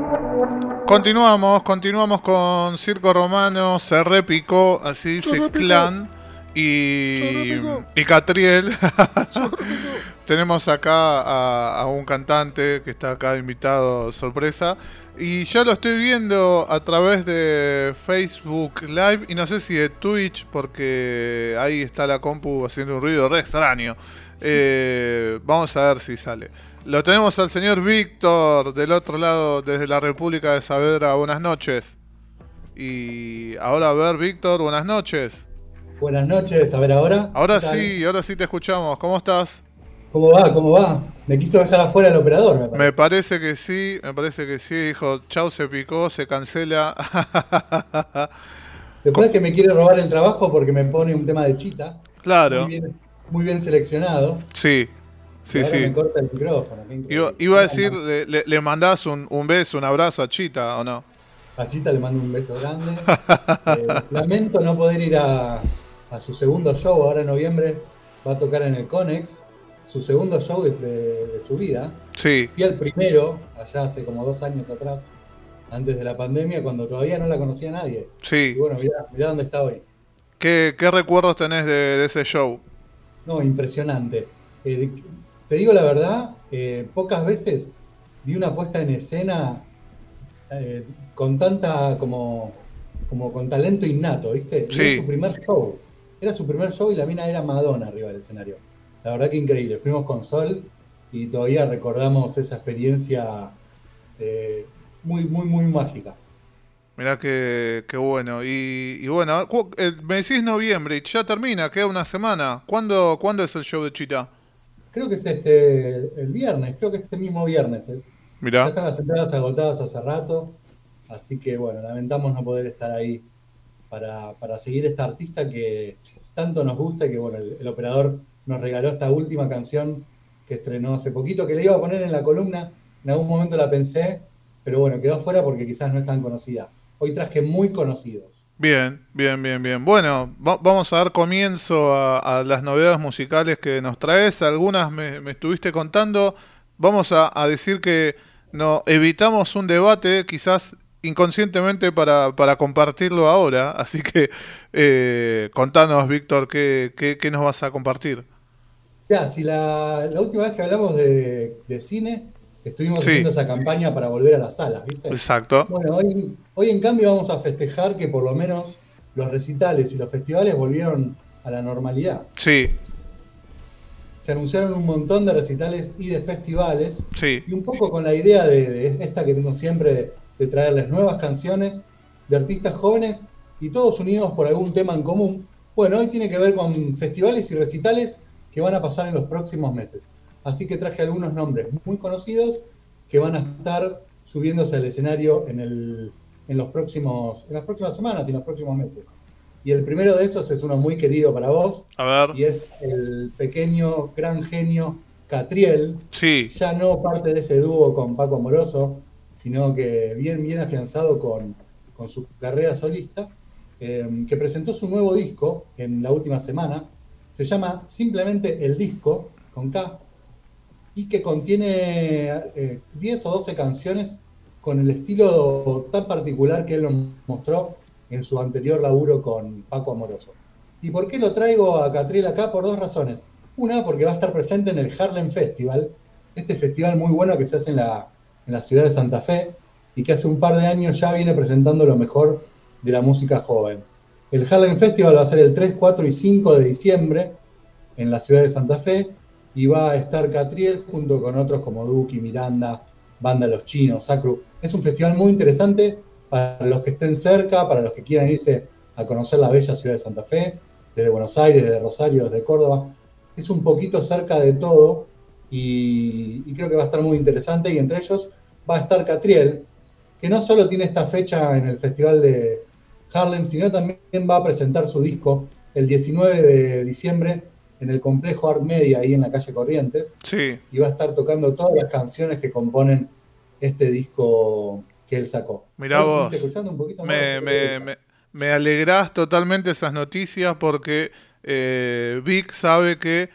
Continuamos con Circo Romano, se repicó, así dice Clan y Catriel. Tenemos acá a un cantante que está acá invitado sorpresa. Y ya lo estoy viendo a través de Facebook Live y no sé si de Twitch, porque ahí está la compu haciendo un ruido re extraño. Vamos a ver si sale. Lo tenemos al señor Víctor del otro lado, desde la República de Saavedra. Buenas noches. Y ahora, a ver, Víctor, buenas noches. Buenas noches, a ver ahora. Ahora sí te escuchamos. ¿Cómo estás? ¿Cómo va? ¿Cómo va? Me quiso dejar afuera el operador, me Me parece. parece que sí. Dijo, chau, se picó, se cancela. Después que me quiere robar el trabajo porque me pone un tema de chita, Claro, muy bien seleccionado, sí, y ahora sí. me corta el micrófono, qué increíble. Iba a ¿Cómo decir, andan? le mandás un beso, un abrazo a Chita, ¿o no? A Chita le mando un beso grande. Lamento no poder ir a su segundo show ahora en noviembre. Va a tocar en el Conex. Su segundo show de su vida. Sí, Fui al primero, allá hace como 2 años atrás, antes de la pandemia, cuando todavía no la conocía nadie. Y sí. bueno, mirá dónde está hoy. ¿Qué recuerdos tenés de ese show? No, impresionante. Te digo la verdad, pocas veces vi una puesta en escena con tanta como con talento innato, ¿viste? Y era su Sí, primer show. Era su primer show y la mina era Madonna arriba del escenario. La verdad que increíble. Fuimos con Sol y todavía recordamos esa experiencia muy mágica. mirá qué bueno. Y bueno, me decís noviembre y ya termina, queda una semana. ¿Cuándo es el show de Chita? Creo que es el viernes, creo que este mismo viernes es. Ya Mirá. están las entradas agotadas hace rato, así que bueno, lamentamos no poder estar ahí para seguir esta artista que tanto nos gusta y que bueno, el operador nos regaló esta última canción que estrenó hace poquito, que le iba a poner en la columna, en algún momento la pensé, pero bueno, quedó fuera porque quizás no es tan conocida. Hoy traje muy conocidos. Bien. Bueno, vamos a dar comienzo a las novedades musicales que nos traes. Algunas me estuviste contando. Vamos a decir que no evitamos un debate, quizás inconscientemente para compartirlo ahora. Así que contanos, Víctor, qué nos vas a compartir. Ya, si la última vez que hablamos de cine, estuvimos Sí, haciendo esa campaña para volver a las salas, ¿viste? exacto. Bueno, hoy en cambio vamos a festejar que por lo menos los recitales y los festivales volvieron a la normalidad. Sí, Se anunciaron un montón de recitales y de festivales, sí. y un poco con la idea de esta que tengo siempre de traerles nuevas canciones de artistas jóvenes y todos unidos por algún tema en común. Bueno, hoy tiene que ver con festivales y recitales que van a pasar en los próximos meses. Así que traje algunos nombres muy conocidos que van a estar subiéndose al escenario en las próximas semanas y en los próximos meses. Y el primero de esos es uno muy querido para vos, A ver. y es el pequeño, gran genio Catriel, Sí, ya no parte de ese dúo con Paco Amoroso, sino que bien afianzado con su carrera solista, que presentó su nuevo disco en la última semana. Se llama simplemente El Disco, con K, y que contiene 10 o 12 canciones con el estilo tan particular que él nos mostró en su anterior laburo con Paco Amoroso. ¿Y por qué lo traigo a Catriel acá? Por dos razones. Una, porque va a estar presente en el Harlem Festival, este festival muy bueno que se hace en la ciudad de Santa Fe y que hace un par de años ya viene presentando lo mejor de la música joven. El Harlem Festival va a ser el 3, 4 y 5 de diciembre en la ciudad de Santa Fe y va a estar Catriel junto con otros como Duki, Miranda, Banda Los Chinos, Sacru. Es un festival muy interesante para los que estén cerca, para los que quieran irse a conocer la bella ciudad de Santa Fe, desde Buenos Aires, desde Rosario, desde Córdoba. Es un poquito cerca de todo y creo que va a estar muy interesante. Y entre ellos va a estar Catriel, que no solo tiene esta fecha en el Festival de Harlem, sino también va a presentar su disco el 19 de diciembre en el complejo Art Media, ahí en la calle Corrientes, sí. y va a estar tocando todas las canciones que componen este disco que él sacó. Mirá ¿Vos estuviste vos. escuchando un poquito más Me, sobre qué me, gusta? me, me alegrás totalmente esas noticias porque Vic sabe que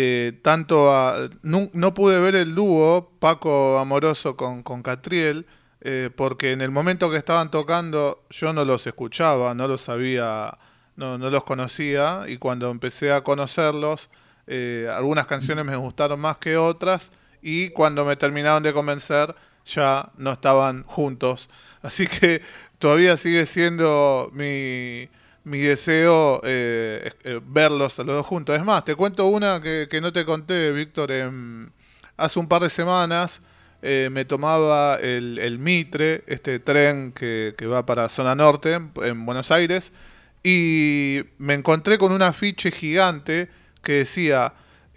no pude ver el dúo Paco Amoroso con Catriel, porque en el momento que estaban tocando yo no los escuchaba, no los sabía, no los conocía, y cuando empecé a conocerlos, algunas canciones me gustaron más que otras, y cuando me terminaron de convencer ya no estaban juntos. Así que todavía sigue siendo mi deseo verlos a los dos juntos. Es más, te cuento una que no te conté, Víctor. Hace un par de semanas me tomaba el Mitre, este tren que va para zona norte, en Buenos Aires, y me encontré con un afiche gigante que decía,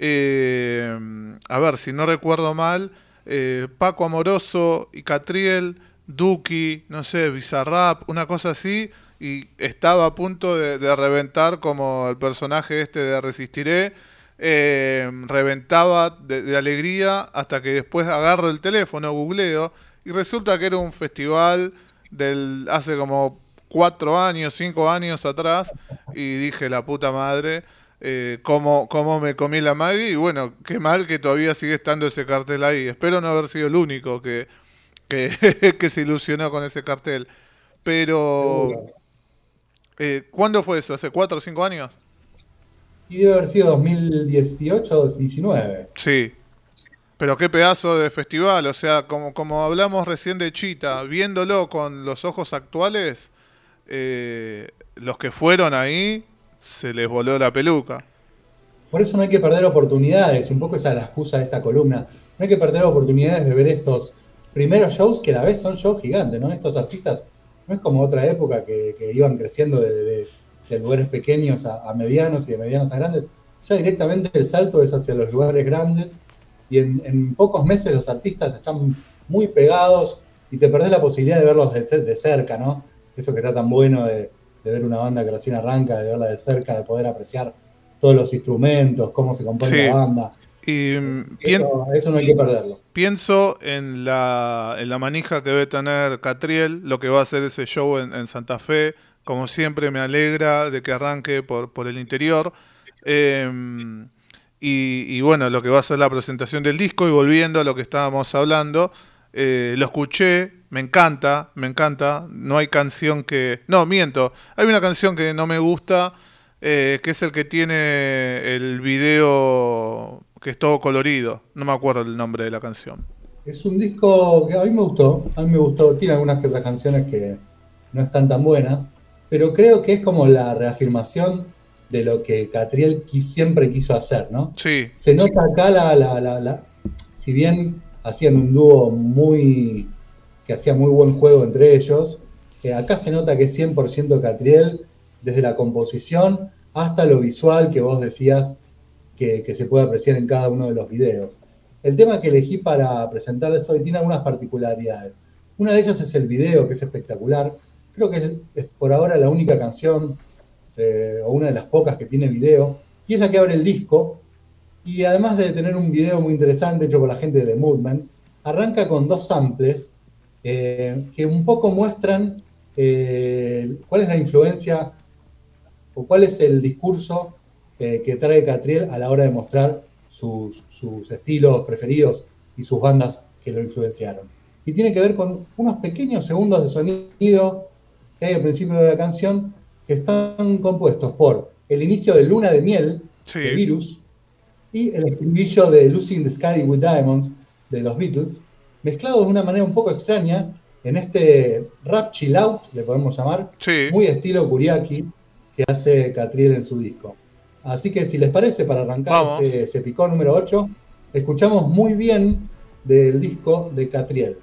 a ver si no recuerdo mal, Paco Amoroso y Catriel, Duki, no sé, Bizarrap, una cosa así, y estaba a punto de reventar como el personaje este de Resistiré. Reventaba de alegría hasta que después agarro el teléfono, googleo, y resulta que era un festival hace como 4 años, 5 años atrás, y dije, la puta madre, cómo me comí la Maggie, y bueno, qué mal que todavía sigue estando ese cartel ahí. Espero no haber sido el único que se ilusionó con ese cartel. Pero, ¿cuándo fue eso? ¿Hace 4 o 5 años? Y debe haber sido 2018 o 2019. Sí, pero qué pedazo de festival. O sea, como hablamos recién de Chita, viéndolo con los ojos actuales, los que fueron ahí se les voló la peluca. Por eso no hay que perder oportunidades, un poco esa es la excusa de esta columna. No hay que perder oportunidades de ver estos primeros shows que a la vez son shows gigantes, ¿no? Estos artistas, no es como otra época que iban creciendo de lugares pequeños a medianos y de medianos a grandes. Ya directamente el salto es hacia los lugares grandes, y en pocos meses los artistas están muy pegados y te perdés la posibilidad de verlos de cerca, ¿no? Eso que está tan bueno de ver una banda que recién arranca, de verla de cerca, de poder apreciar todos los instrumentos, cómo se compone la banda. Y eso no hay que perderlo. Pienso en la manija que debe tener Catriel, lo que va a hacer ese show en Santa Fe. Como siempre me alegra de que arranque por el interior. Y bueno, lo que va a ser la presentación del disco. Y volviendo a lo que estábamos hablando, lo escuché, me encanta. No hay canción que... No, miento. Hay una canción que no me gusta, que es el que tiene el video que es todo colorido. No me acuerdo el nombre de la canción. Es un disco que a mí me gustó. Tiene algunas que otras canciones que no están tan buenas, pero creo que es como la reafirmación de lo que Catriel siempre quiso hacer, ¿no? Sí. Se nota acá si bien hacían un dúo que hacía muy buen juego entre ellos, acá se nota que es 100% Catriel, desde la composición hasta lo visual que vos decías que se puede apreciar en cada uno de los videos. El tema que elegí para presentarles hoy tiene algunas particularidades. Una de ellas es el video, que es espectacular. Creo que es por ahora la única canción, o una de las pocas que tiene video, y es la que abre el disco. Y además de tener un video muy interesante hecho por la gente de The Movement, arranca con 2 samples que un poco muestran cuál es la influencia o cuál es el discurso que trae Catriel a la hora de mostrar sus estilos preferidos y sus bandas que lo influenciaron. Y tiene que ver con unos pequeños segundos de sonido que hay al principio de la canción, que están compuestos por el inicio de Luna de Miel, de Virus, y el estribillo de Lucy in the Sky with Diamonds, de los Beatles, mezclados de una manera un poco extraña en este rap chill out, le podemos llamar, muy estilo Kuriaki, que hace Catriel en su disco. Así que si les parece, para arrancar Se Picó número 8, escuchamos Muy Bien del disco de Catriel.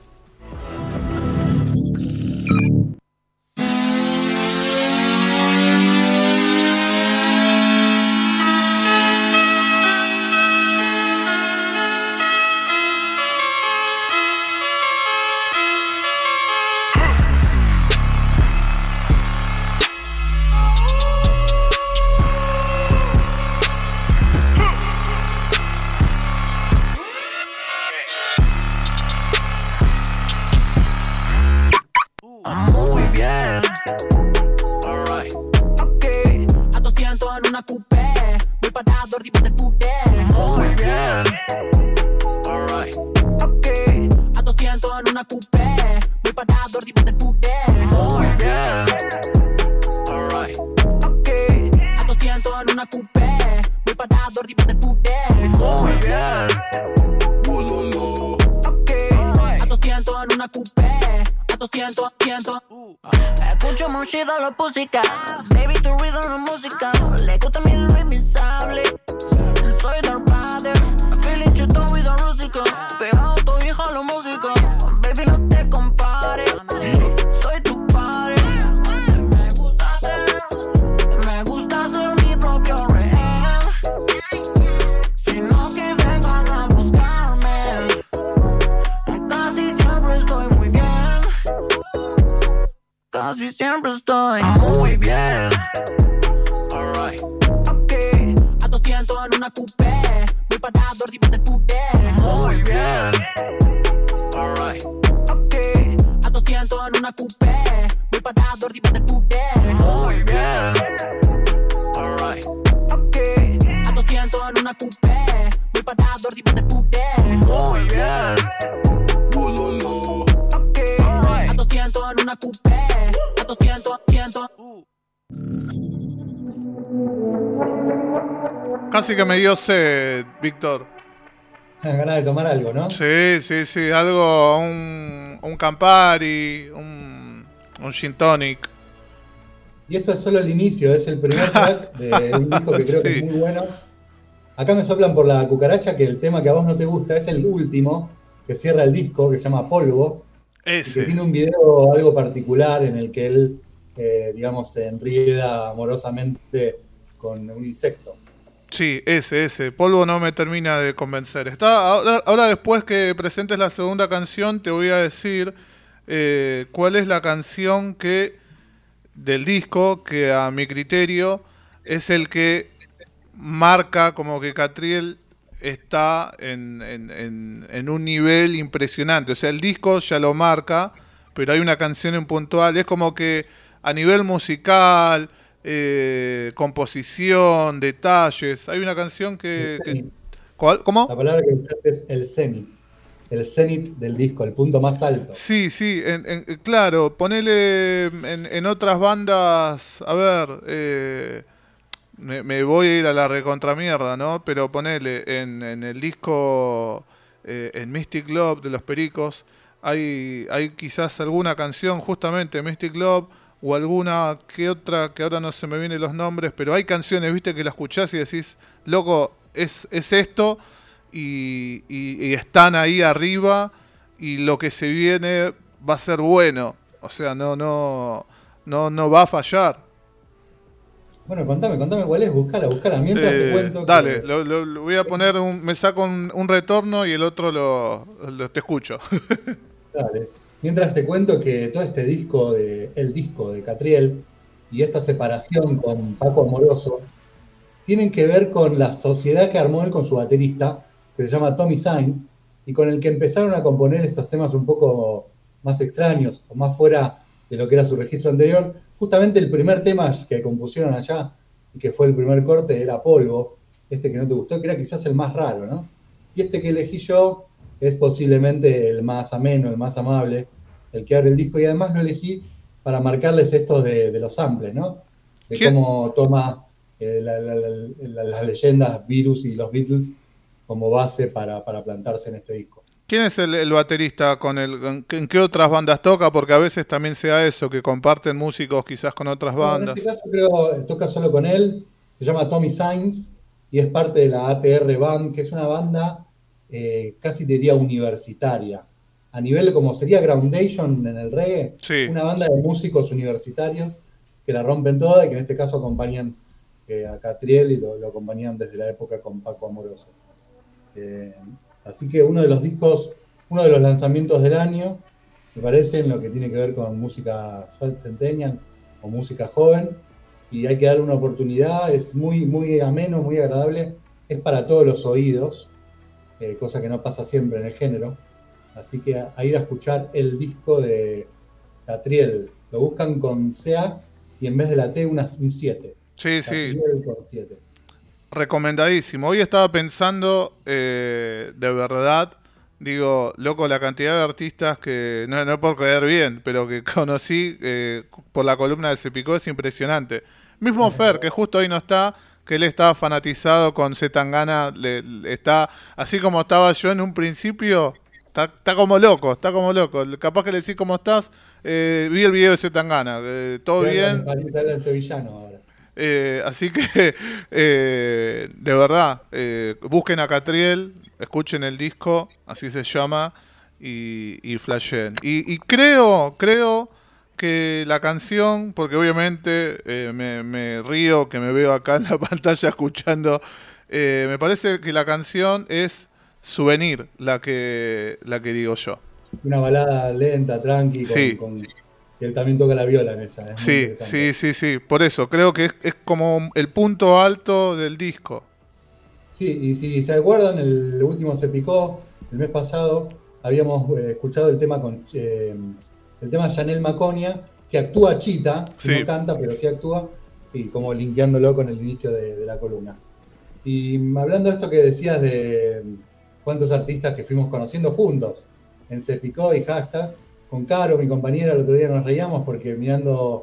parado arriba del puté. Muy bien. Alright. Ok. A 200 en una coupé. Voy parado arriba del puté. Muy bien. Ok. A 200 en una coupé. A 200, 100. Escucho muchida la música. Baby, tu rhythm de música. Le gusta mi ritmo insable. Soy Dark Vader. Feeling chuto with the rústica. Pegado tu hija a la música. Baby, no te compares. Soy tu padre. Me gusta ser mi propio rehén. Si no que vengan a buscarme. Casi siempre estoy muy bien. Casi siempre estoy muy bien. Alright. Ok. A 200 en una coupé. Voy parado arriba del puté. Muy bien. Alright. Ok. A 200 en una coupé. Voy parado arriba del puté. Muy bien. Alright. Ok. A 200 en una coupé. Voy parado arriba del puté. Muy bien. Ok. A 200 en una coupé. A 200, 100. Casi que me dio sed, Víctor. Ganas de tomar algo, ¿no? Sí, algo, un Campari, un gin tonic. Y esto es solo el inicio, es el primer track de un disco que creo que es muy bueno. Acá me soplan por la cucaracha que el tema que a vos no te gusta es el último, que cierra el disco, que se llama Polvo. Ese. Y que tiene un video algo particular en el que él, digamos, se enrieda amorosamente con un insecto. Sí, ese. Polvo no me termina de convencer. Ahora después que presentes la segunda canción, te voy a decir cuál es la canción del disco que a mi criterio es el que marca como que Catriel está en un nivel impresionante. O sea, el disco ya lo marca, pero hay una canción en puntual. Es como que a nivel musical, composición, detalles, hay una canción ¿Cuál? ¿Cómo? La palabra que usaste es el cenit. El cenit del disco, el punto más alto. Sí, claro, ponele en otras bandas, a ver, me voy a ir a la recontramierda, ¿no? Pero ponele en el disco, en Mystic Love de Los Pericos, hay quizás alguna canción, justamente Mystic Love, o alguna que otra, que ahora no se me vienen los nombres, pero hay canciones, viste, que la escuchás y decís, loco, es esto, y están ahí arriba, y lo que se viene va a ser bueno. O sea, no va a fallar. Bueno, contame cuál es, buscala. Mientras te cuento. Dale, lo voy a poner, me saco un retorno y el otro te escucho. Dale. Mientras te cuento que todo este disco, el disco de Catriel, y esta separación con Paco Amoroso, tienen que ver con la sociedad que armó él con su baterista, que se llama Tommy Sainz, y con el que empezaron a componer estos temas un poco más extraños, o más fuera de lo que era su registro anterior. Justamente el primer tema que compusieron allá, y que fue el primer corte, era Polvo, este que no te gustó, que era quizás el más raro, ¿no? Y este que elegí yo es posiblemente el más ameno, el más amable, el que abre el disco, y además lo elegí para marcarles esto de los samples, ¿no? De cómo toma las leyendas Virus y los Beatles como base para plantarse en este disco. ¿Quién es el baterista en qué otras bandas toca? Porque a veces también sea eso, que comparten músicos quizás con otras bandas. En este caso creo toca solo con él, se llama Tommy Sainz y es parte de la ATR Band, que es una banda casi te diría universitaria. A nivel como sería Groundation en el reggae, sí. Una banda de músicos universitarios que la rompen toda y que en este caso acompañan a Catriel y lo acompañan desde la época con Paco Amoroso. Así que uno de los lanzamientos del año, me parece, en lo que tiene que ver con música centennial o música joven, y hay que darle una oportunidad, es muy, muy ameno, muy agradable, es para todos los oídos, cosa que no pasa siempre en el género, así que a ir a escuchar el disco de Catriel, lo buscan con CA y en vez de la T un 7. Sí, Catriel sí. Con 7. Recomendadísimo. Hoy estaba pensando, de verdad, digo, loco, la cantidad de artistas que, no por caer bien, pero que conocí por la columna de Se Picó es impresionante. Mismo Fer, que justo hoy no está, que él estaba fanatizado con Zetangana, está, así como estaba yo en un principio, está como loco, Capaz que le decís cómo estás, vi el video de Zetangana, todo bien. Está el sevillano ahora. Así que, de verdad, busquen a Catriel, escuchen el disco, así se llama, y flasheen. Y creo que la canción, porque obviamente me río que me veo acá en la pantalla escuchando, me parece que la canción es Souvenir, la que digo yo. Una balada lenta, tranqui, y él también toca la viola en esa. Sí. Por eso, creo que es como el punto alto del disco. Sí, y si se acuerdan, el último Se Picó, el mes pasado, habíamos escuchado el tema el tema de Janelle Maconia, que actúa Chita, no canta, pero sí actúa, y como linkeándolo con el inicio de la columna. Y hablando de esto que decías de cuántos artistas que fuimos conociendo juntos en Se Picó y Hashtag, con Caro, mi compañera, el otro día nos reíamos porque mirando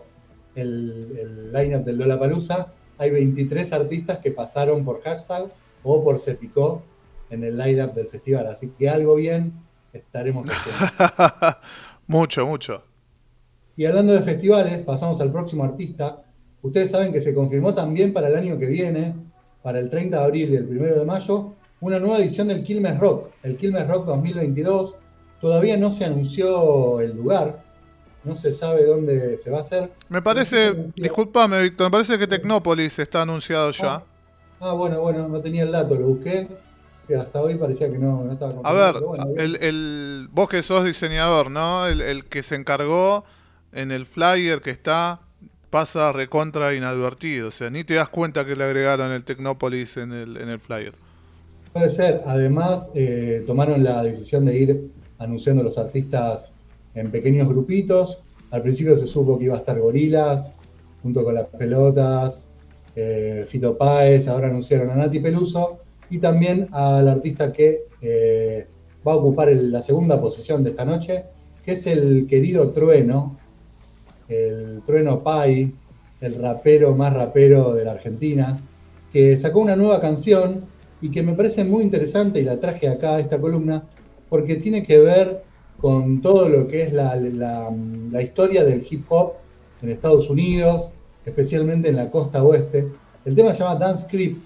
el line-up del Lollapalooza, hay 23 artistas que pasaron por Hashtag o por Se Picó en el line-up del festival, así que algo bien estaremos haciendo. Mucho. Y hablando de festivales, pasamos al próximo artista. Ustedes saben que se confirmó también para el año que viene, para el 30 de abril y el 1 de mayo, una nueva edición del Quilmes Rock, el Quilmes Rock 2022. Todavía no se anunció el lugar, no se sabe dónde se va a hacer. Me parece, discúlpame, Víctor, me parece que Tecnópolis está anunciado ya. Bueno, no tenía el dato, lo busqué. Que hasta hoy parecía que no estaba confirmado. A ver, bueno, vos que sos diseñador, ¿no? El que se encargó en el flyer que está, pasa recontra inadvertido. O sea, ni te das cuenta que le agregaron el Tecnópolis en el flyer. Puede ser. Además, tomaron la decisión de ir anunciando los artistas en pequeños grupitos. Al principio se supo que iba a estar Gorillaz, junto con Las Pelotas, Fito Páez, ahora anunciaron a Nati Peluso, y también al artista que va a ocupar la segunda posición de esta noche, que es el querido Trueno, el Trueno Pai, el rapero más rapero de la Argentina, que sacó una nueva canción y que me parece muy interesante y la traje acá a esta columna porque tiene que ver con todo lo que es la historia del hip hop en Estados Unidos, especialmente en la costa oeste. El tema se llama Dance Creep.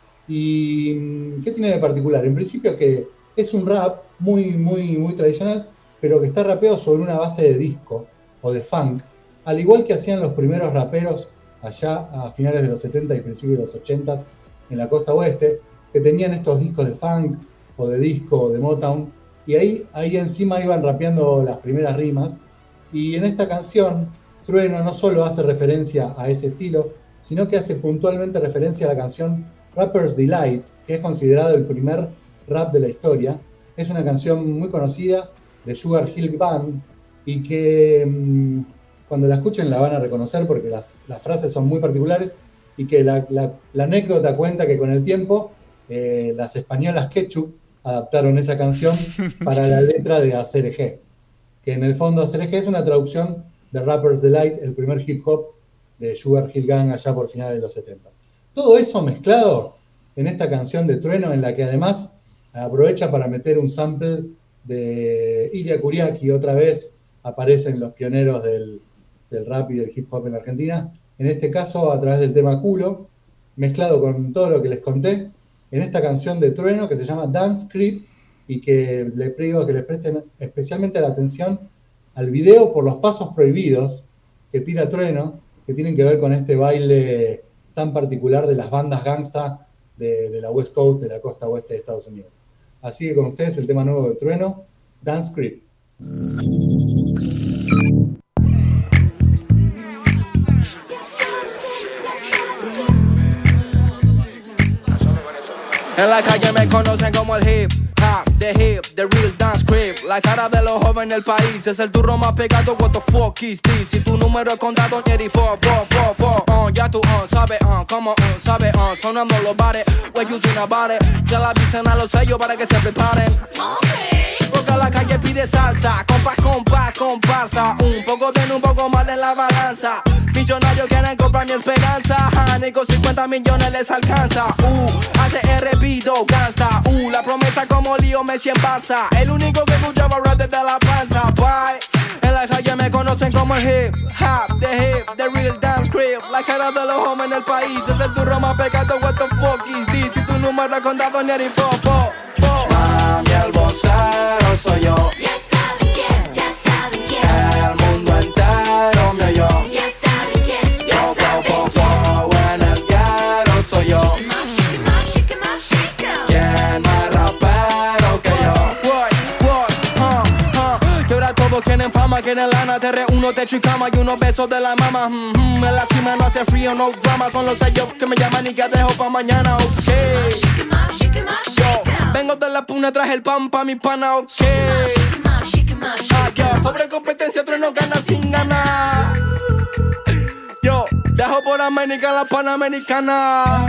¿Y qué tiene de particular? En principio que es un rap muy tradicional, pero que está rapeado sobre una base de disco o de funk, al igual que hacían los primeros raperos allá a finales de los 70 y principios de los 80 en la costa oeste, que tenían estos discos de funk o de disco o de Motown, y ahí encima iban rapeando las primeras rimas. Y en esta canción Trueno no solo hace referencia a ese estilo, sino que hace puntualmente referencia a la canción Rapper's Delight, que es considerado el primer rap de la historia. Es una canción muy conocida de Sugar Hill Gang y que cuando la escuchen la van a reconocer porque las frases son muy particulares, y que la anécdota cuenta que con el tiempo las españolas Ketchup adaptaron esa canción para la letra de ACRG, que en el fondo ACRG es una traducción de Rapper's Delight, el primer hip hop de Sugar Hill Gang allá por finales de los 70. Todo eso mezclado en esta canción de Trueno, en la que además aprovecha para meter un sample de Ilia Kuriaki, otra vez aparecen los pioneros del rap y del hip hop en la Argentina, en este caso a través del tema Culo, mezclado con todo lo que les conté, en esta canción de Trueno que se llama Dance Creep, y que les pido que les presten especialmente la atención al video por los pasos prohibidos que tira Trueno, que tienen que ver con este baile tan particular de las bandas gangsta de la West Coast, de la costa oeste de Estados Unidos. Así que con ustedes el tema nuevo de Trueno, Dance Creep. En la calle me conocen como el hip hop, the hip the real dance creep. La cara de los jóvenes del país. Es el turro más pegado, what the fuck is this? Si tu número es contado, Jerry, ya tú, sabe, como, sabe, sonando los bares. What you think about it? Ya la avisen a los sellos para que se preparen. Porque la calle pide salsa, comparsa. Un poco bien, un poco mal en la balanza. Millonarios quieren comprar mi esperanza. Ni con 50 millones les alcanza. ATR pido gangsta. La promesa como Lío Messi en Barça. El único que escuchaba rap desde la panza. Bye. En la calle me conocen como el hip hop, the real dance creep. La cara de los jóvenes del país. Es el turro más pegado, what the fuck is this? Si tu número es contado, ni el Mami, el vocero soy yo. Ya saben quién. El mundo entero me oyó. Ya saben quién. En el ghetto soy yo. Shake 'em up. ¿Quién más rapero que yo? Que ahora todos quieren fama, quieren lana. Te reúno, techo y cama y unos besos de la mama. En la cima no hace frío, no drama. Son los sellos que me llaman y que dejo pa' mañana, ok. Shake 'em up. Yo vengo de la puna, traje el pan pa' mi pana, ok. Shake 'em up. Pobre competencia, trueno gana sin ganar. Yo dejo por América la Panamericana.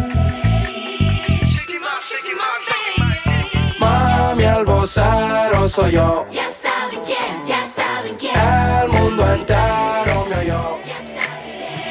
Shake 'em up, baby. Mami, el vocero soy yo. Ya saben quién. El mundo entero me oyó. Ya saben quién.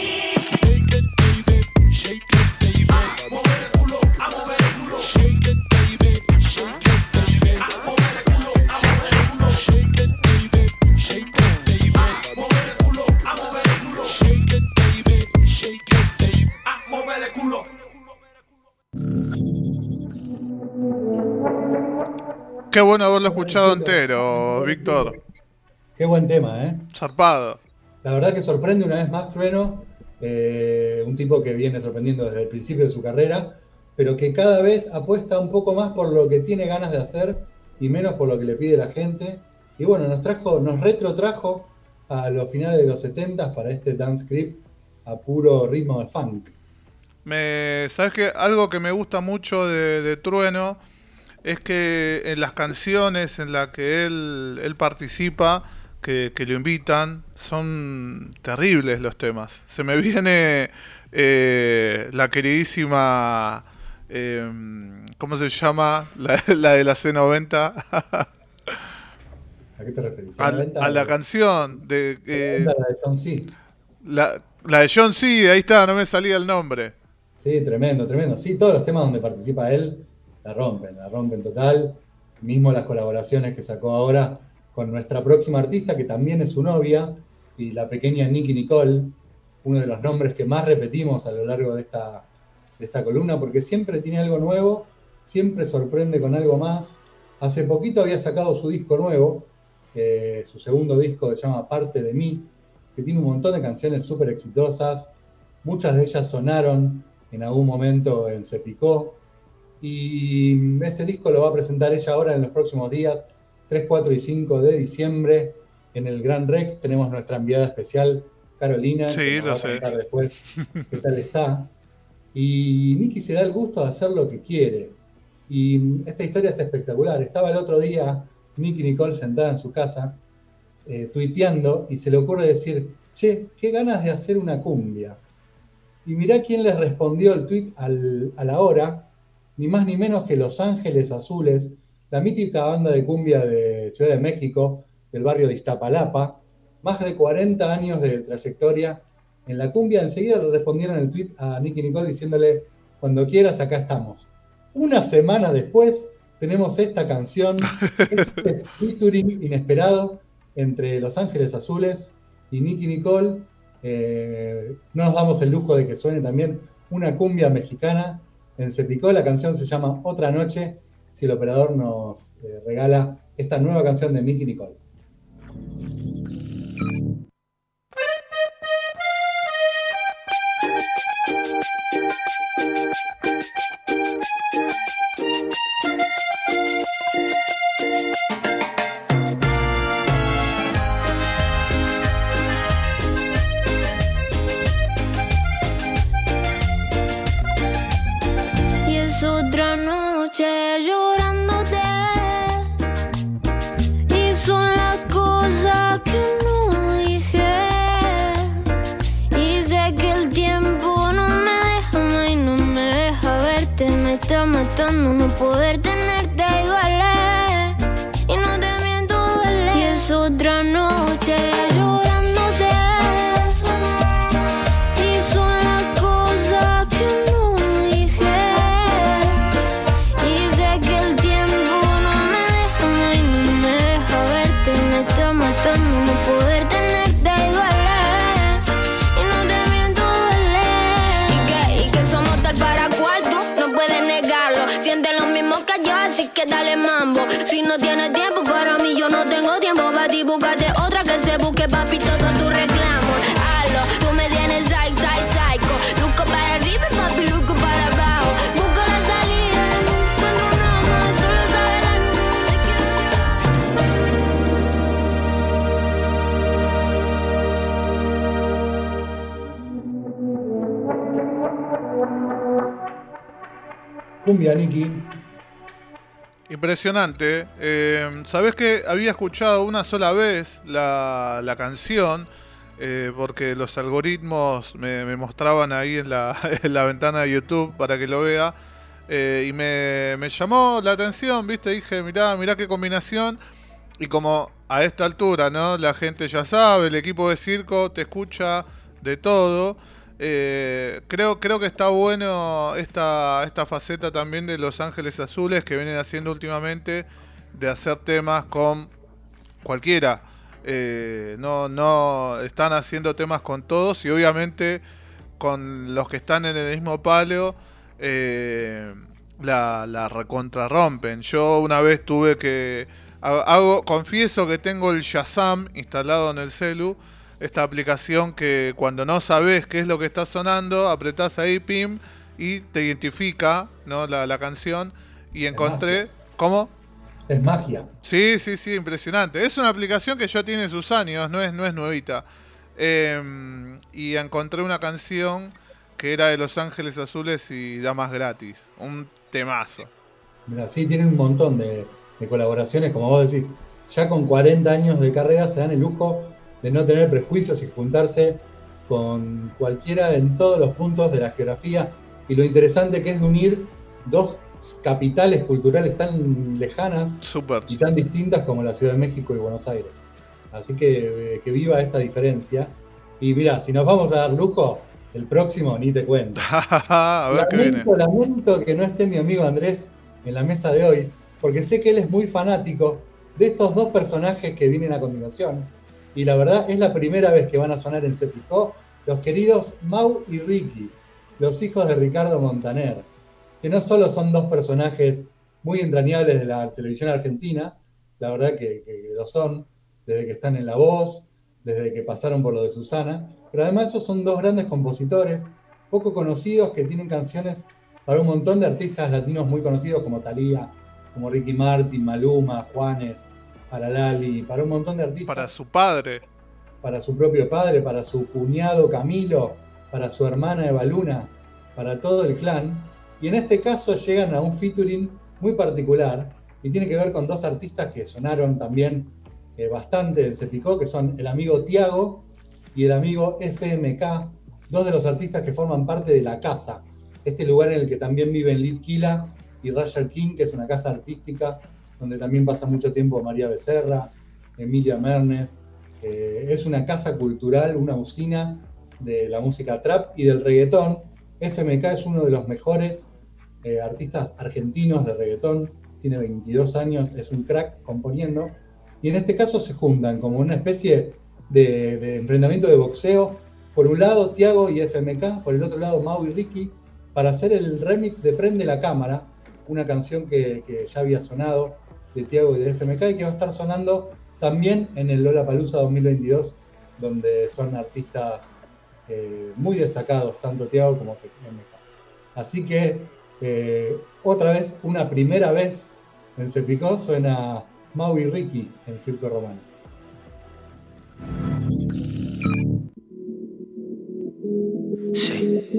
Qué bueno haberlo escuchado entero, Víctor. Qué buen tema, ¿eh? Zarpado. La verdad que sorprende una vez más Trueno, un tipo que viene sorprendiendo desde el principio de su carrera, pero que cada vez apuesta un poco más por lo que tiene ganas de hacer y menos por lo que le pide la gente. Y bueno, nos retrotrajo a los finales de los 70s para este dance creep a puro ritmo de funk. ¿Sabes qué? Algo que me gusta mucho de Trueno es que en las canciones en las que él participa, que lo invitan, son terribles los temas. Se me viene la queridísima, ¿cómo se llama? La de la C90. ¿A qué te referís? A la canción de... la de John C. La de John C, ahí está, no me salía el nombre. Sí, tremendo. Sí, todos los temas donde participa él la rompen total. Mismo las colaboraciones que sacó ahora con nuestra próxima artista, que también es su novia, y la pequeña Nicki Nicole, uno de los nombres que más repetimos a lo largo de esta columna, porque siempre tiene algo nuevo, siempre sorprende con algo más. Hace poquito había sacado su disco nuevo, su segundo disco que se llama Parte de mí, que tiene un montón de canciones súper exitosas. Muchas de ellas sonaron en algún momento en Se Picó. Y ese disco lo va a presentar ella ahora en los próximos días, 3, 4 y 5 de diciembre, en el Gran Rex. Tenemos nuestra enviada especial, Carolina, sí, que nos lo va a sé. contar después qué tal está. Y Nicki se da el gusto de hacer lo que quiere. Y esta historia es espectacular. Estaba el otro día Nicki Nicole sentada en su casa, tuiteando, y se le ocurre decir, che, qué ganas de hacer una cumbia. Y mirá quién les respondió el tuit a la hora, ni más ni menos que Los Ángeles Azules, la mítica banda de cumbia de Ciudad de México, del barrio de Iztapalapa. Más de 40 años de trayectoria en la cumbia. Enseguida le respondieron el tuit a Nicki Nicole diciéndole, cuando quieras, acá estamos. Una semana después tenemos esta canción, este featuring inesperado entre Los Ángeles Azules y Nicki Nicole. No nos damos el lujo de que suene también una cumbia mexicana en Se Picó. La canción se llama Otra Noche, si el operador nos regala esta nueva canción de Nicki Nicole. Y es otra noche llorándote. matando no poder tenerte y duele. Y no te miento, duele. Y es otra noche llorándote. Y son las cosas que no dije. Y sé que el tiempo no me deja más y no me deja verte. Me está matando no poder tenerte y duele. Y no te miento, duele. Y que somos tal para cual tú no puedes negarlo. Siente lo mismo que yo, así que dale mambo. Si no tienes tiempo para mí, yo no tengo tiempo para ti. Búscate otra que se busque, papito, con tu reclamo. Hazlo, tú me tienes psycho. Luco para arriba, papi, luco para abajo. Busco la salida, no encuentro nada más. Solo sabe la luz, te Cumbia, Nicky. Impresionante. ¿Sabés que había escuchado una sola vez la canción? Porque los algoritmos me mostraban ahí en la ventana de YouTube para que lo vea. Y me llamó la atención, ¿viste? Dije, mirá qué combinación. Y como a esta altura, ¿no? La gente ya sabe, el equipo de circo te escucha de todo. Creo que está bueno esta faceta también de Los Ángeles Azules que vienen haciendo últimamente, de hacer temas con cualquiera. No están haciendo temas con todos y obviamente con los que están en el mismo palo la recontrarrompen. Yo una vez tuve que confieso que tengo el Shazam instalado en el celu, esta aplicación que cuando no sabes qué es lo que está sonando, apretás ahí, pim, y te identifica, ¿no? la canción. Y encontré... ¿Cómo? Es magia. Sí, impresionante. Es una aplicación que ya tiene sus años, no es nuevita. Y encontré una canción que era de Los Ángeles Azules y Damas Gratis. Un temazo. Mira, sí, tienen un montón de colaboraciones, como vos decís. Ya con 40 años de carrera se dan el lujo de no tener prejuicios y juntarse con cualquiera en todos los puntos de la geografía. Y lo interesante que es de unir dos capitales culturales tan lejanas Super. y tan distintas como la Ciudad de México y Buenos Aires. Así que viva esta diferencia. Y mirá, si nos vamos a dar lujo, el próximo ni te cuento. A ver qué viene. Lamento que no esté mi amigo Andrés en la mesa de hoy, porque sé que él es muy fanático de estos dos personajes que vienen a continuación. Y la verdad es la primera vez que van a sonar en Se Picó, los queridos Mau y Ricky, los hijos de Ricardo Montaner, que no solo son dos personajes muy entrañables de la televisión argentina, la verdad que lo son, desde que están en La Voz, desde que pasaron por lo de Susana, pero además esos son dos grandes compositores, poco conocidos, que tienen canciones para un montón de artistas latinos muy conocidos como Thalía, como Ricky Martin, Maluma, Juanes, para Lali, para un montón de artistas. Para su padre. Para su propio padre, para su cuñado Camilo, para su hermana Eva Luna, para todo el clan. Y en este caso llegan a un featuring muy particular y tiene que ver con dos artistas que sonaron también bastante en Se Picó, que son el amigo Tiago y el amigo FMK, dos de los artistas que forman parte de La Casa, este lugar en el que también viven Litkila y Roger King, que es una casa artística donde también pasa mucho tiempo María Becerra, Emilia Mernes. Es una casa cultural, una usina de la música trap y del reggaetón. FMK es uno de los mejores artistas argentinos de reggaetón, tiene 22 años, es un crack componiendo. Y en este caso se juntan como una especie de enfrentamiento de boxeo. Por un lado Tiago y FMK, por el otro lado Mau y Ricky, para hacer el remix de Prende la Cámara, una canción que ya había sonado de Tiago y de FMK y que va a estar sonando también en el Lollapalooza 2022, donde son artistas muy destacados, tanto Tiago como FMK. Así que otra vez, una primera vez en Se Picó, suena Mau y Ricky en Circo Romano. Sí.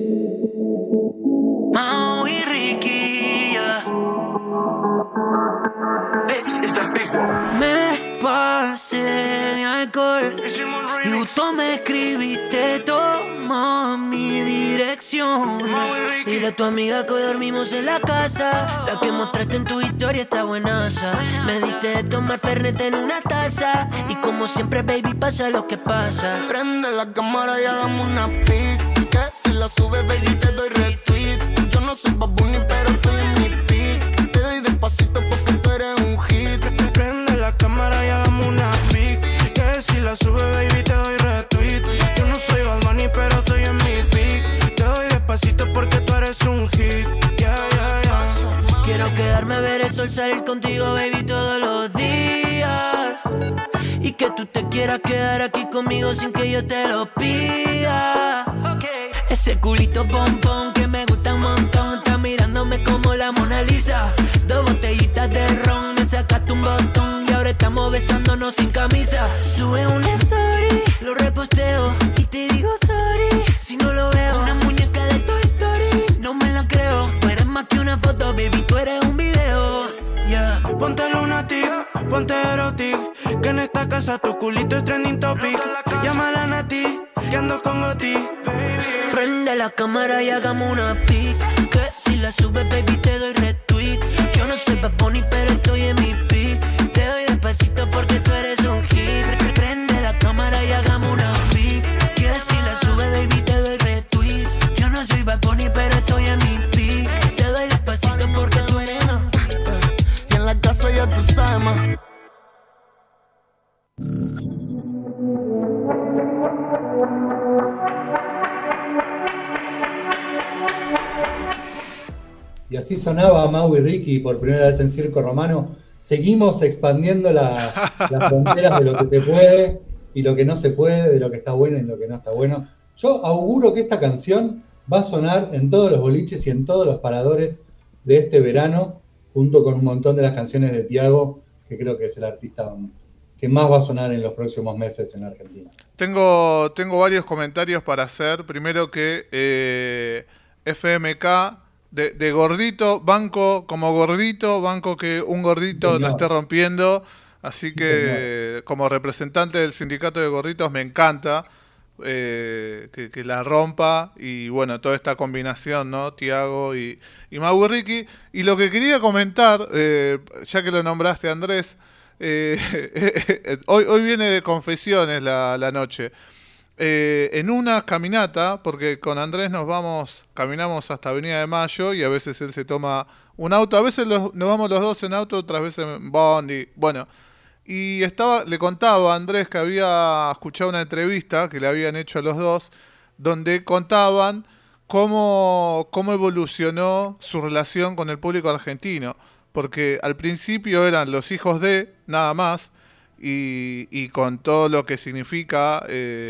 Mau y Ricky, yeah. Me pasé de alcohol y justo me escribiste, toma mi dirección. Dile a tu amiga que hoy dormimos en la casa. La que mostraste en tu historia está buenaza. Me diste de tomar Fernet en una taza. Y como siempre, baby, pasa lo que pasa. Prende la cámara y hagamos una pic. Que si la subes, baby, te doy retweet. Yo no soy Bad Bunny, pero estoy en mi pic. Te doy despacito porque tú eres un hit. Prende la cámara y hagamos una pic. Que si la sube, baby, te doy retweet. Yo no soy Bad Bunny, pero estoy en mi pic. Te doy despacito porque tú eres un hit. Yeah, yeah, yeah. Quiero quedarme a ver el sol salir contigo, baby, todos los días. Y que tú te quieras quedar aquí conmigo sin que yo te lo pida. Ese culito pompón que me gusta un montón. Está mirándome como la Mona Lisa. 2 botellitas de ron, me sacaste un botón. Y ahora estamos besándonos sin camisa. Sube una story, lo reposteo y te digo sorry si no lo veo. Una muñeca de Toy Story, no me la creo. Tú eres más que una foto, baby, tú eres un video. Yeah. Ponte lunatic, ponte erotic. Que en esta casa tu culito es trending topic. Llámala a Nati, que ando con Goti. Prende la cámara y hagamos una pic. Que si la subes, baby, te doy retweet. Yo no soy Bad Bunny, pero estoy en mi pic. Te doy despacito porque tú eres un hit. Prende la cámara y hagamos una pic. Que si la subes, baby, te doy retweet. Yo no soy Bad Bunny, pero estoy en mi pic. Te doy despacito porque tú eres un hit. Y en la casa ya tú sabes más. Y así sonaba Mau y Ricky por primera vez en Circo Romano. Seguimos expandiendo las fronteras de lo que se puede y lo que no se puede, de lo que está bueno y lo que no está bueno. Yo auguro que esta canción va a sonar en todos los boliches y en todos los paradores de este verano, junto con un montón de las canciones de Tiago, que creo que es el artista que más va a sonar en los próximos meses en Argentina. Tengo varios comentarios para hacer. Primero que FMK de gordito, banco como gordito, banco que un gordito lo esté rompiendo. Así Sí, que señor. como representante del sindicato de gorditos me encanta que la rompa. Y bueno, toda esta combinación, ¿no? Tiago y Mau y Ricky. Y lo que quería comentar, ya que lo nombraste, Andrés, hoy viene de confesiones la noche. En una caminata, porque con Andrés caminamos hasta Avenida de Mayo y a veces él se toma un auto, a veces nos vamos los dos en auto, otras veces en bondi, bueno, y le contaba a Andrés que había escuchado una entrevista que le habían hecho a los dos, donde contaban cómo evolucionó su relación con el público argentino, porque al principio eran los hijos de, nada más, y con todo lo que significa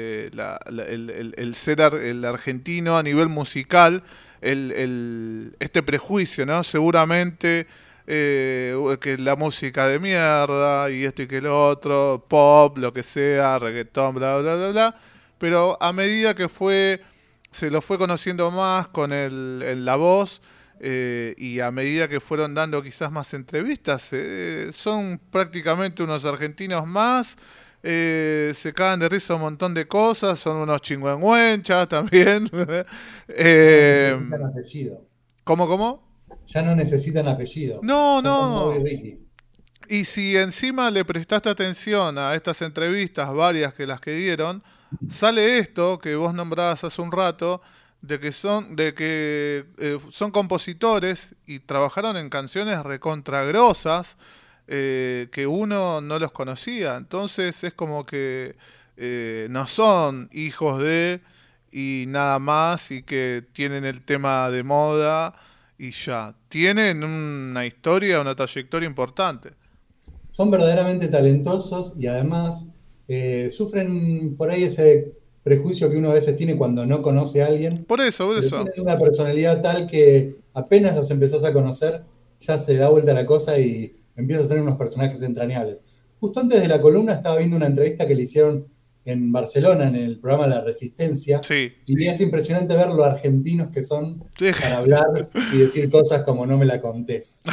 el ser el argentino a nivel musical, este prejuicio, ¿no? Seguramente que la música de mierda y esto y que lo otro, pop, lo que sea, reggaetón, bla, bla, bla, bla. Pero a medida que se lo fue conociendo más con la voz, y a medida que fueron dando quizás más entrevistas, son prácticamente unos argentinos más, se cagan de risa un montón de cosas, son unos chingüengüenchas también. Necesitan apellido. ¿Cómo? Ya no necesitan apellido. No, Ya son Mau no. y Ricky. Y si encima le prestaste atención a estas entrevistas, varias que las que dieron, sale esto que vos nombrabas hace un rato, de que son compositores y trabajaron en canciones recontragrosas, que uno no los conocía. Entonces es como que no son hijos de y nada más, y que tienen el tema de moda y ya. Tienen una historia, una trayectoria importante. Son verdaderamente talentosos y además sufren por ahí ese prejuicio que uno a veces tiene cuando no conoce a alguien. Por eso. Pero tienen una personalidad tal que apenas los empezás a conocer, ya se da vuelta la cosa y empiezas a ser unos personajes entrañables. Justo antes de la columna estaba viendo una entrevista que le hicieron en Barcelona, en el programa La Resistencia, Sí. y es impresionante ver lo argentinos que son Sí. para hablar y decir cosas como no me la contés.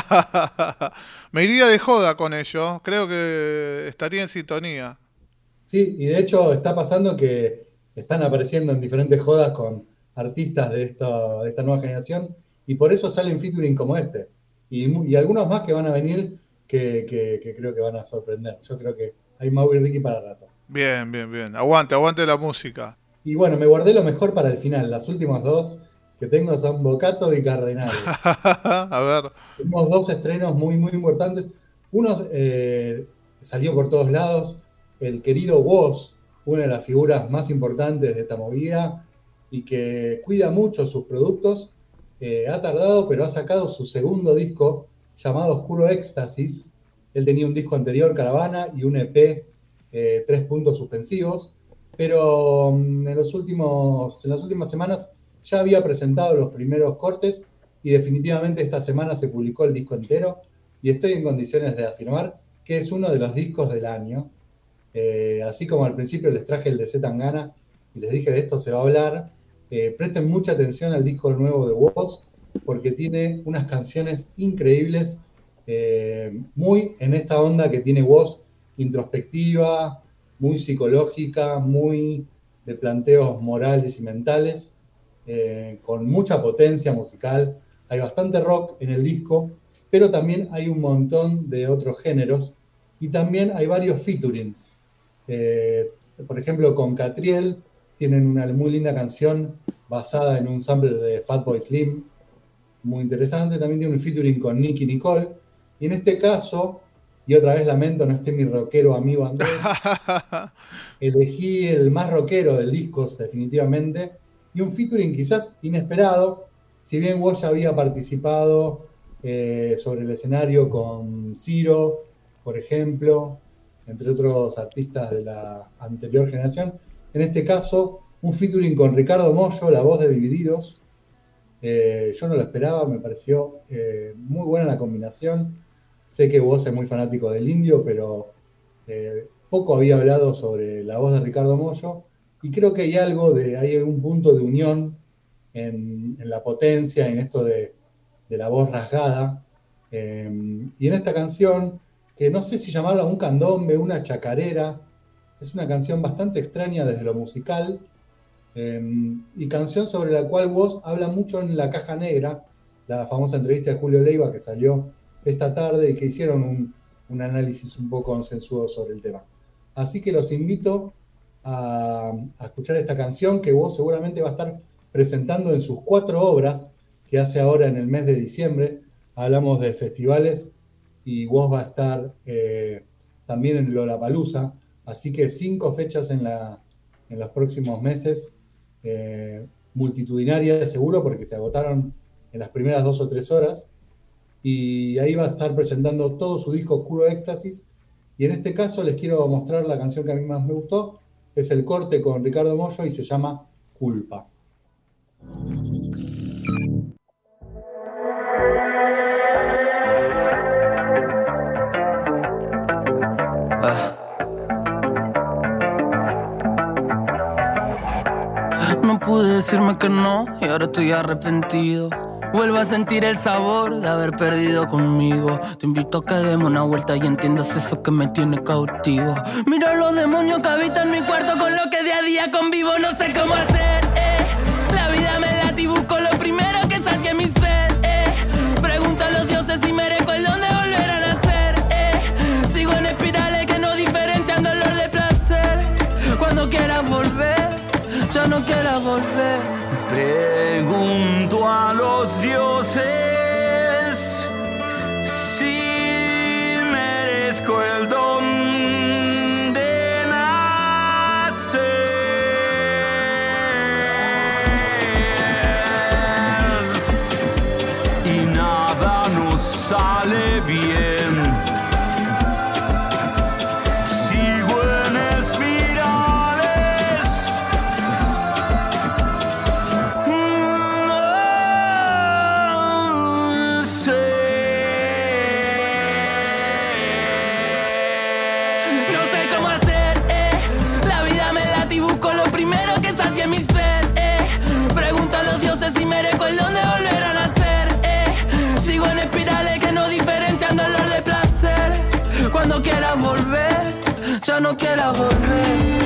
Me iría de joda con ellos. Creo que estaría en sintonía. Sí, y de hecho está pasando que están apareciendo en diferentes jodas con artistas de esta nueva generación, y por eso salen featuring como este. Y algunos más que van a venir que creo que van a sorprender. Yo creo que hay Mau y Ricky para rato. Bien, bien, bien. Aguante la música. Y bueno, me guardé lo mejor para el final. Las últimas dos que tengo son Bocato y Cardenales. A ver. Tenemos dos estrenos muy, muy importantes. Uno salió por todos lados. El querido Woz, una de las figuras más importantes de esta movida y que cuida mucho sus productos. Ha tardado, pero ha sacado su segundo disco llamado Oscuro Éxtasis. Él tenía un disco anterior, Caravana, y un EP, 3 puntos suspensivos. Pero en las últimas semanas ya había presentado los primeros cortes y definitivamente esta semana se publicó el disco entero y estoy en condiciones de afirmar que es uno de los discos del año. Así como al principio les traje el de Z Tangana y les dije de esto se va a hablar, presten mucha atención al disco nuevo de Woz porque tiene unas canciones increíbles, muy en esta onda que tiene Woz, introspectiva, muy psicológica, muy de planteos morales y mentales, con mucha potencia musical. Hay bastante rock en el disco, pero también hay un montón de otros géneros y también hay varios featurings. Por ejemplo, con Catriel tienen una muy linda canción basada en un sample de Fatboy Slim, muy interesante. También tiene un featuring con Nicki Nicole. Y en este caso, y otra vez lamento no esté mi rockero amigo Andrés, elegí el más rockero del disco definitivamente, y un featuring quizás inesperado, si bien Woz ya había participado sobre el escenario con Ciro, por ejemplo, entre otros artistas de la anterior generación. En este caso, un featuring con Ricardo Mollo, la voz de Divididos. Yo no lo esperaba, me pareció muy buena la combinación. Sé que vos es muy fanático del Indio, pero poco había hablado sobre la voz de Ricardo Mollo, y creo que hay algún punto de unión en la potencia, en esto de la voz rasgada. Y en esta canción, que no sé si llamarla un candombe, una chacarera, es una canción bastante extraña desde lo musical, y canción sobre la cual Woz habla mucho en La Caja Negra, la famosa entrevista de Julio Leiva que salió esta tarde y que hicieron un análisis un poco consensuado sobre el tema. Así que los invito a escuchar esta canción que Woz seguramente va a estar presentando en sus 4 obras que hace ahora en el mes de diciembre. Hablamos de festivales y Woz va a estar también en Lollapalooza, así que 5 fechas en los próximos meses, multitudinarias seguro porque se agotaron en las primeras 2 o 3 horas, y ahí va a estar presentando todo su disco Oscuro Éxtasis. Y en este caso les quiero mostrar la canción que a mí más me gustó, es el corte con Ricardo Mollo y se llama Culpa. No pude decirme que no y ahora estoy arrepentido. Vuelvo a sentir el sabor de haber perdido conmigo. Te invito a que demos una vuelta y entiendas eso que me tiene cautivo. Mira los demonios que habitan mi cuarto con lo que día a día convivo. No sé cómo hacer, La vida me late y busco lo primero que sacie mi sed, Pregunto a los dioses si merezco el don de volver a nacer, Sigo en espirales que no diferencian dolor de placer. Cuando quieras volver, ya no quieras volver. Pregunto a los dioses si merezco el don de nacer, y nada nos sale bien. Sigo en espirales. volver, ya no quieras volver.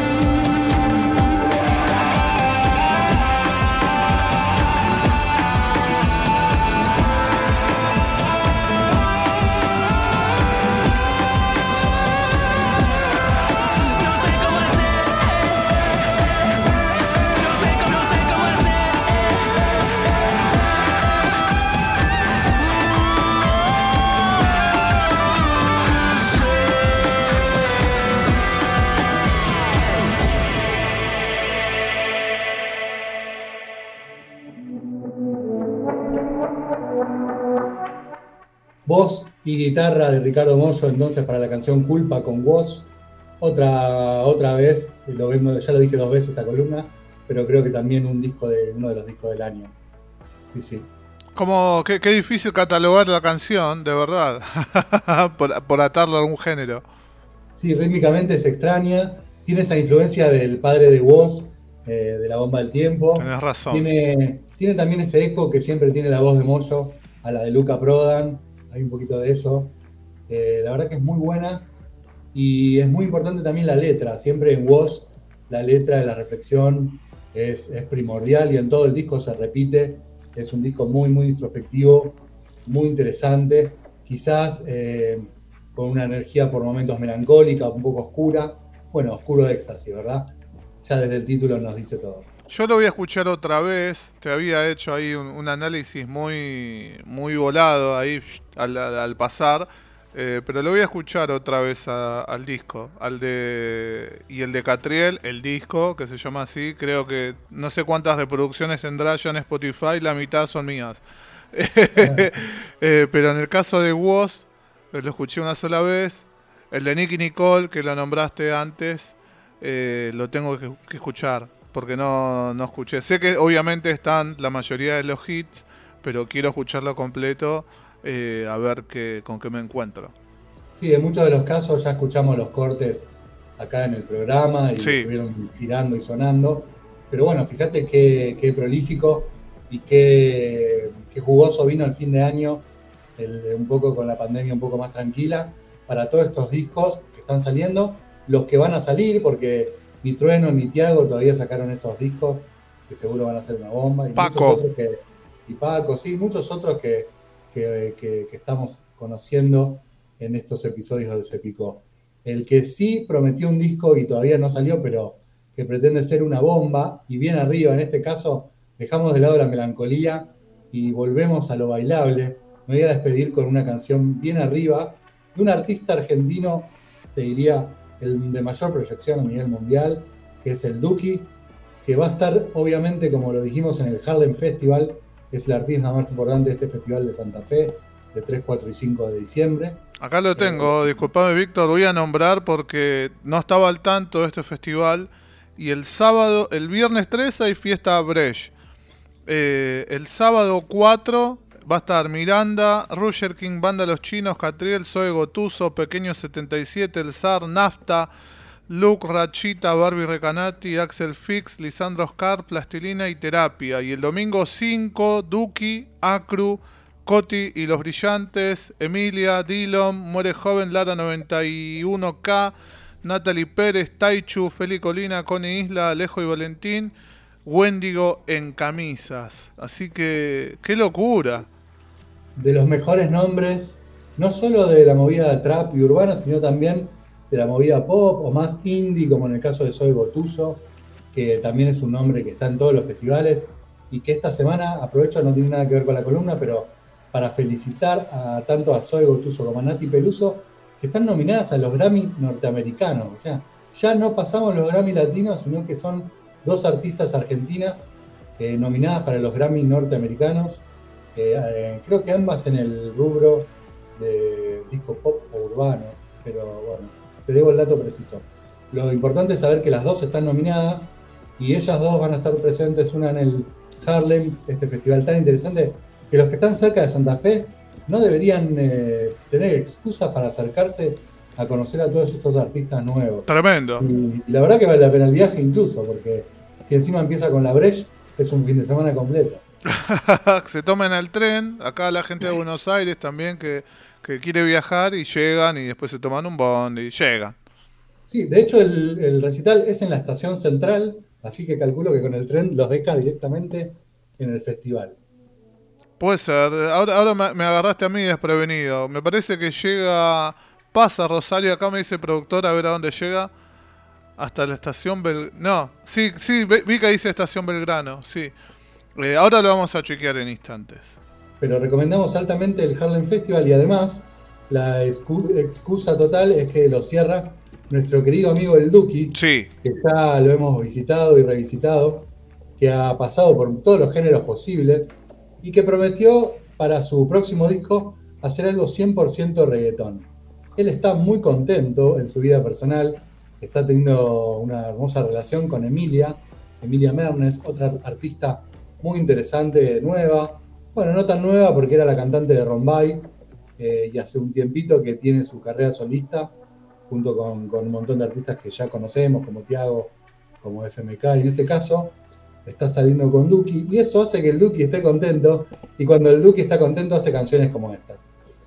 Voz y guitarra de Ricardo Mollo, entonces, para la canción Culpa con Woz. Otra vez, lo vemos, ya lo dije 2 veces esta columna, pero creo que también uno de los discos del año. Sí. Qué difícil catalogar la canción, de verdad, por atarlo a algún género. Sí, rítmicamente es extraña, tiene esa influencia del padre de Woz, de La Bomba del Tiempo. Tenés razón. Tiene también ese eco que siempre tiene la voz de Mollo a la de Luca Prodan. Hay un poquito de eso. La verdad que es muy buena y es muy importante también la letra. Siempre en Woz la letra de la reflexión es primordial y en todo el disco se repite. Es un disco muy, muy introspectivo, muy interesante. Quizás con una energía por momentos melancólica, un poco oscura. Bueno, oscuro de éxtasis, ¿verdad? Ya desde el título nos dice todo. Yo lo voy a escuchar otra vez. Te había hecho ahí un análisis muy, muy volado ahí al pasar. Pero lo voy a escuchar otra vez al disco. Y el de Catriel, el disco, que se llama así. Creo que no sé cuántas reproducciones tendrá ya en Spotify. La mitad son mías. Pero en el caso de Woz, lo escuché una sola vez. El de Nicki Nicole, que lo nombraste antes, lo tengo que escuchar. Porque no escuché. Sé que obviamente están la mayoría de los hits, pero quiero escucharlo completo, a ver con qué me encuentro. Sí, en muchos de los casos ya escuchamos los cortes acá en el programa y Sí. estuvieron girando y sonando. Pero bueno, fíjate qué prolífico y qué jugoso vino el fin de año, un poco con la pandemia un poco más tranquila, para todos estos discos que están saliendo, los que van a salir, porque ni Trueno ni Tiago todavía sacaron esos discos que seguro van a ser una bomba. Y Paco. Muchos otros que estamos conociendo en estos episodios de Se Picó. El que sí prometió un disco y todavía no salió, pero que pretende ser una bomba, y bien arriba, en este caso, dejamos de lado la melancolía y volvemos a lo bailable. Me voy a despedir con una canción bien arriba de un artista argentino, te diría, el de mayor proyección a nivel mundial, que es el Duki, que va a estar, obviamente, como lo dijimos, en el Harlem Festival, que es el artista más importante de este festival de Santa Fe, de 3, 4 y 5 de diciembre. Acá lo tengo, disculpame Víctor, voy a nombrar porque no estaba al tanto de este festival. Y el viernes 3 hay fiesta Brecht. El sábado 4 va a estar Miranda, Roger King, Banda Los Chinos, Catriel, Zoe Gotuso, Pequeño 77, El Zar, Nafta, Luke, Rachita, Barbie Recanati, Axel Fix, Lisandro Oscar, Plastilina y Terapia. Y el domingo 5, Duki, Acru, Coti y Los Brillantes, Emilia, Dillon, Muere Joven, Lara 91K, Natalie Pérez, Taichu, Feli Colina, Connie Isla, Alejo y Valentín, Wendigo en camisas. Así que, ¡qué locura! De los mejores nombres, no solo de la movida trap y urbana, sino también de la movida pop o más indie, como en el caso de Zoe Gotuso, que también es un nombre que está en todos los festivales y que esta semana, aprovecho, no tiene nada que ver con la columna, pero para felicitar tanto a Zoe Gotuso como a Nati Peluso, que están nominadas a los Grammy norteamericanos. O sea, ya no pasamos los Grammy latinos, sino que son 2 artistas argentinas nominadas para los Grammy norteamericanos. Creo que ambas en el rubro de disco pop o urbano, pero bueno, te debo el dato preciso. Lo importante es saber que las 2 están nominadas y ellas 2 van a estar presentes, una en el Harlem, este festival tan interesante, que los que están cerca de Santa Fe no deberían tener excusas para acercarse a conocer a todos estos artistas nuevos. Tremendo. Y la verdad que vale la pena el viaje incluso, porque si encima empieza con la Brecht, es un fin de semana completo. Se tomen el tren. Acá la gente de Buenos Aires también que que quiere viajar y llegan y después se toman un bond y llegan. Sí, de hecho el recital es en la estación central, así que calculo que con el tren los deja directamente en el festival. Puede ser. Ahora me agarraste a mí desprevenido. Me parece que pasa Rosario, acá me dice el productor, a ver a dónde llega. Hasta la estación No, sí, vi que dice estación Belgrano, sí. Ahora lo vamos a chequear en instantes. Pero recomendamos altamente el Harlem Festival y además la excusa total es que lo cierra nuestro querido amigo el Duki, sí, que ya lo hemos visitado y revisitado, que ha pasado por todos los géneros posibles y que prometió para su próximo disco hacer algo 100% reggaetón. Él está muy contento en su vida personal, está teniendo una hermosa relación con Emilia Mernes, otra artista muy interesante, nueva. Bueno, no tan nueva porque era la cantante de Rombay y hace un tiempito que tiene su carrera solista junto con un montón de artistas que ya conocemos, como Tiago, como FMK, y en este caso está saliendo con Duki, y eso hace que el Duki esté contento, y cuando el Duki está contento hace canciones como esta.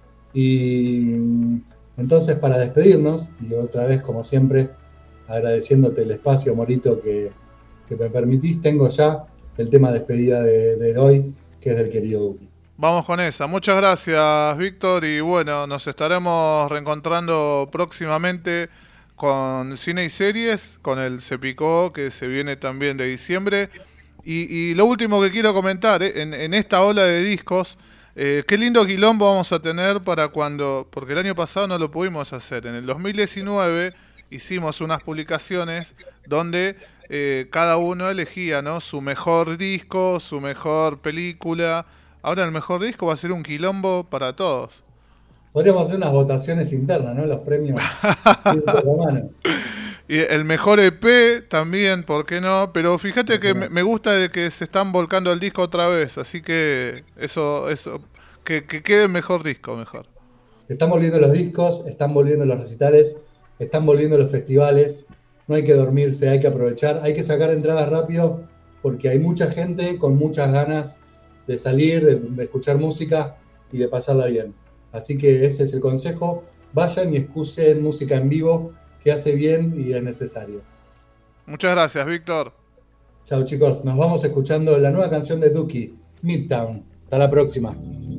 Y entonces, para despedirnos, y otra vez, como siempre, agradeciéndote el espacio, Morito, que me permitís, tengo ya el tema de despedida de hoy, que es del querido Duki. Vamos con esa. Muchas gracias, Víctor. Y bueno, nos estaremos reencontrando próximamente con cine y series, con el Se Picó, que se viene también de diciembre. Y lo último que quiero comentar, en esta ola de discos, qué lindo quilombo vamos a tener para cuando, porque el año pasado no lo pudimos hacer. En el 2019 hicimos unas publicaciones donde cada uno elegía, ¿no?, su mejor disco, su mejor película. Ahora el mejor disco va a ser un quilombo para todos. Podríamos hacer unas votaciones internas, ¿no? Los premios romanos. Y el mejor EP también, ¿por qué no? Pero fíjate que me gusta de que se están volcando al disco otra vez, así que eso que quede el mejor disco, mejor. Están volviendo los discos, están volviendo los recitales, están volviendo los festivales. No hay que dormirse, hay que aprovechar, hay que sacar entradas rápido porque hay mucha gente con muchas ganas de salir, de escuchar música y de pasarla bien. Así que ese es el consejo. Vayan y escuchen música en vivo, que hace bien y es necesario. Muchas gracias, Víctor. Chao, chicos. Nos vamos escuchando la nueva canción de Duki, Midtown. Hasta la próxima.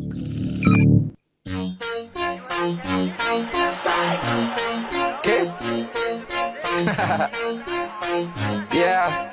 ¿Qué? Yeah,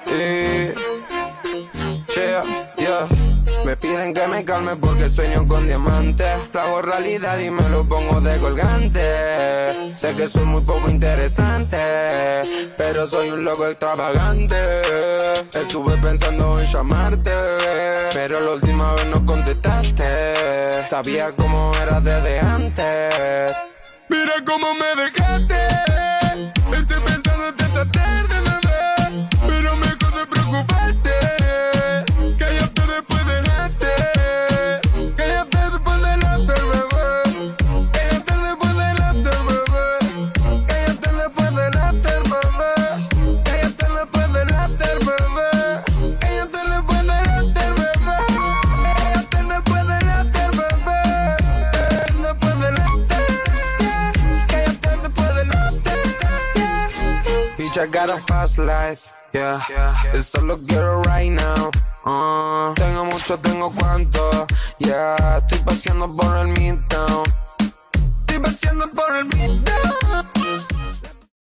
yeah. Me piden que me calme porque sueño con diamantes. Lo hago realidad y me lo pongo de colgante. Sé que soy muy poco interesante, pero soy un loco extravagante. Estuve pensando en llamarte, pero la última vez no contestaste. Sabía cómo eras desde antes. Mira cómo me dejaste. Estoy pensando en esta tarde, bebé, pero mejor de preocuparte. Cállate después del after. Cállate después del after, bebé. Cállate después del after, bebé. Cállate después del after, bebé. Cállate después del after, bebé. Cállate después del after, bebé. Cállate después del after, bebé. Después del after. Cállate después del after. Bitch, I got a fast life. Yeah, solo quiero right now. Tengo mucho, tengo cuánto. Yeah, estoy paseando por el Midtown. Estoy paseando por el Midtown.